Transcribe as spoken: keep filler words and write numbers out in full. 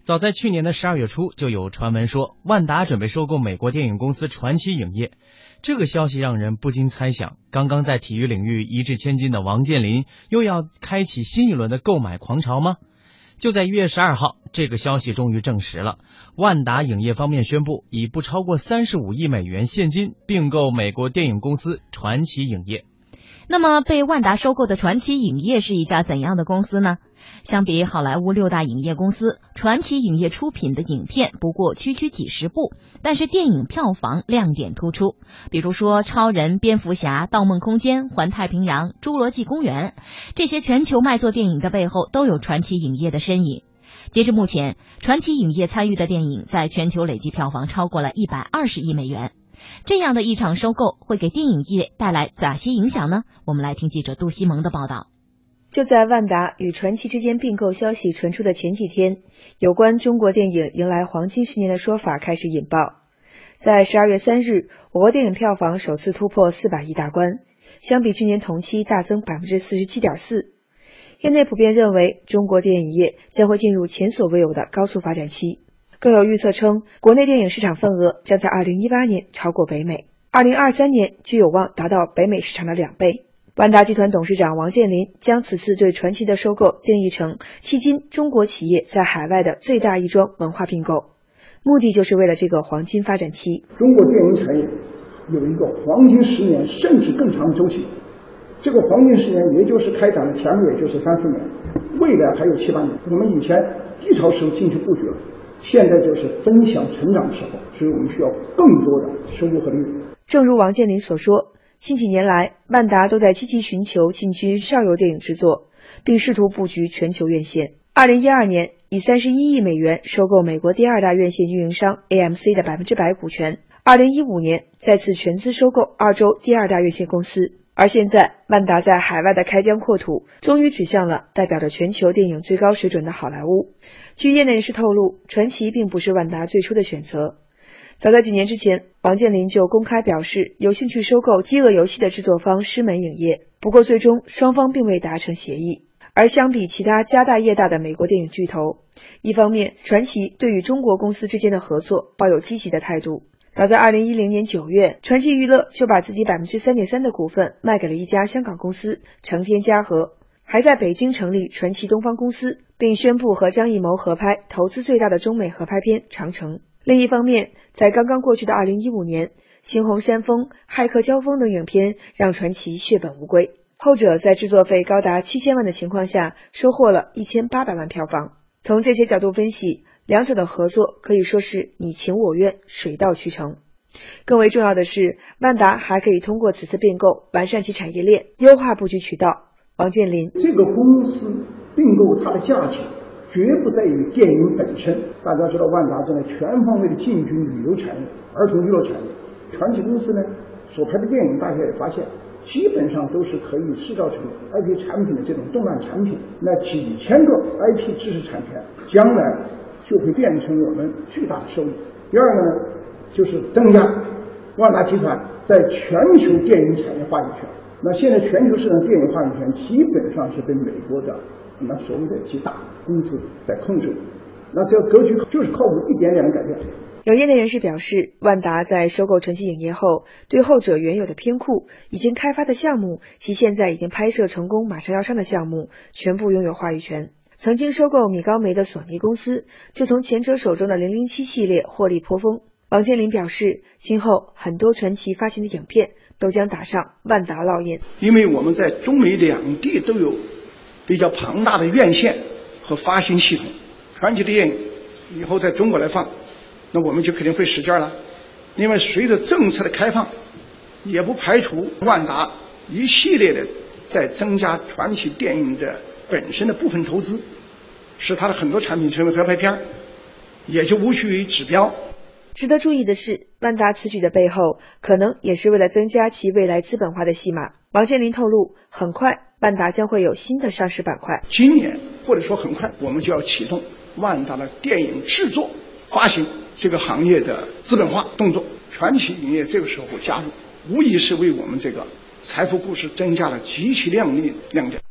早在去年的十二月初，就有传闻说万达准备收购美国电影公司传奇影业。这个消息让人不禁猜想，刚刚在体育领域一掷千金的王健林，又要开启新一轮的购买狂潮吗？就在一月十二号，这个消息终于证实了。万达影业方面宣布，以不超过三十五亿美元现金并购美国电影公司传奇影业。 那么被万达收购的传奇影业是一家怎样的公司呢？相比好莱坞六大影业公司，传奇影业出品的影片不过区区几十部，但是电影票房亮点突出。比如说超人、蝙蝠侠、盗梦空间、环太平洋、侏罗纪公园，这些全球卖座电影的背后都有传奇影业的身影。截至目前，传奇影业参与的电影在全球累计票房超过了一百二十亿美元。这样的一场收购会给电影业带来哪些影响呢？我们来听记者杜西蒙的报道。 就在万达与传奇之间并购消息传出的前几天，有关中国电影迎来黄金十年的说法开始引爆。在十二月三日，我国电影票房首次突破四百亿大关，相比去年同期大增 百分之四十七点四。 业内普遍认为，中国电影业将会进入前所未有的高速发展期。更有预测称，国内电影市场份额将在二零一八年超过北美，二零二三年就有望达到北美市场的两倍。万达集团董事长王健林将此次对传奇的收购定义成迄今中国企业在海外的最大一桩文化并购，目的就是为了这个黄金发展期。 中国电影产业有一个黄金十年甚至更长的周期，这个黄金十年也就是开展的前面也就是三四年，未来还有七八年。我们以前低潮时候进去布局了，现在就是分享成长的时候，所以我们需要更多的收入和利润。 正如王健林所说，近几年来，万达都在积极寻求进军上游电影制作，并试图布局全球院线。二零一二年，以三十一亿美元收购美国第二大院线运营商 A M C 的百分之百股权。二零一五年，再次全资收购澳洲第二大院线公司。而现在，万达在海外的开疆扩土，终于指向了代表着全球电影最高水准的好莱坞。据业内人士透露，传奇并不是万达最初的选择。早在几年之前，王健林就公开表示有兴趣收购《饥饿游戏》的制作方狮门影业，不过最终双方并未达成协议。而相比其他家大业大的美国电影巨头，一方面传奇对于中国公司之间的合作抱有积极的态度。早在二零一零年九月，传奇娱乐就把自己 百分之三点三 的股份卖给了一家香港公司成天嘉禾，还在北京成立传奇东方公司，并宣布和张艺谋合拍投资最大的中美合拍片《长城》。另一方面，在刚刚过去的二零一五年，《猩红山峰》《骇客交锋》等影片让传奇血本无归，后者在制作费高达七千万的情况下收获了一千八百万票房。从这些角度分析，两者的合作可以说是你情我愿，水到渠成。更为重要的是，万达还可以通过此次并购完善其产业链，优化布局渠道。王健林， 这个公司并购它的价值绝不在于电影本身。大家知道，万达正在全方位的进军旅游产业、儿童娱乐产业。传奇公司呢所拍的电影，大家也发现基本上都是可以制造出 I P 产品的这种动漫产品。那几千个 I P 知识产权将来就会变成我们巨大的收益。第二个呢，就是增加万达集团在全球电影产业话语权。那现在全球市场电影话语权基本上是被美国的那所谓的几大公司在控制，那这个格局就是靠我一点点的改变。 有业内人士表示，万达在收购传奇影业后，对后者原有的片库、已经开发的项目及现在已经拍摄成功马上要上的项目全部拥有话语权。曾经收购米高梅的索尼公司，就从前者手中的零零七系列获利颇丰。王健林表示，今后很多传奇发行的影片都将打上万达烙印。 因为我们在中美两地都有比较庞大的院线和发行系统，传奇的电影以后在中国来放，那我们就肯定会使劲了。因为随着政策的开放，也不排除万达一系列的在增加传奇电影的本身的部分投资，使它的很多产品成为合拍片，也就无需于指标。 值得注意的是，万达此举的背后可能也是为了增加其未来资本化的戏码。王健林透露，很快万达将会有新的上市板块。 今年或者说很快，我们就要启动万达的电影制作、发行这个行业的资本化动作。传奇影业这个时候加入，无疑是为我们这个财富故事增加了极其亮丽亮点。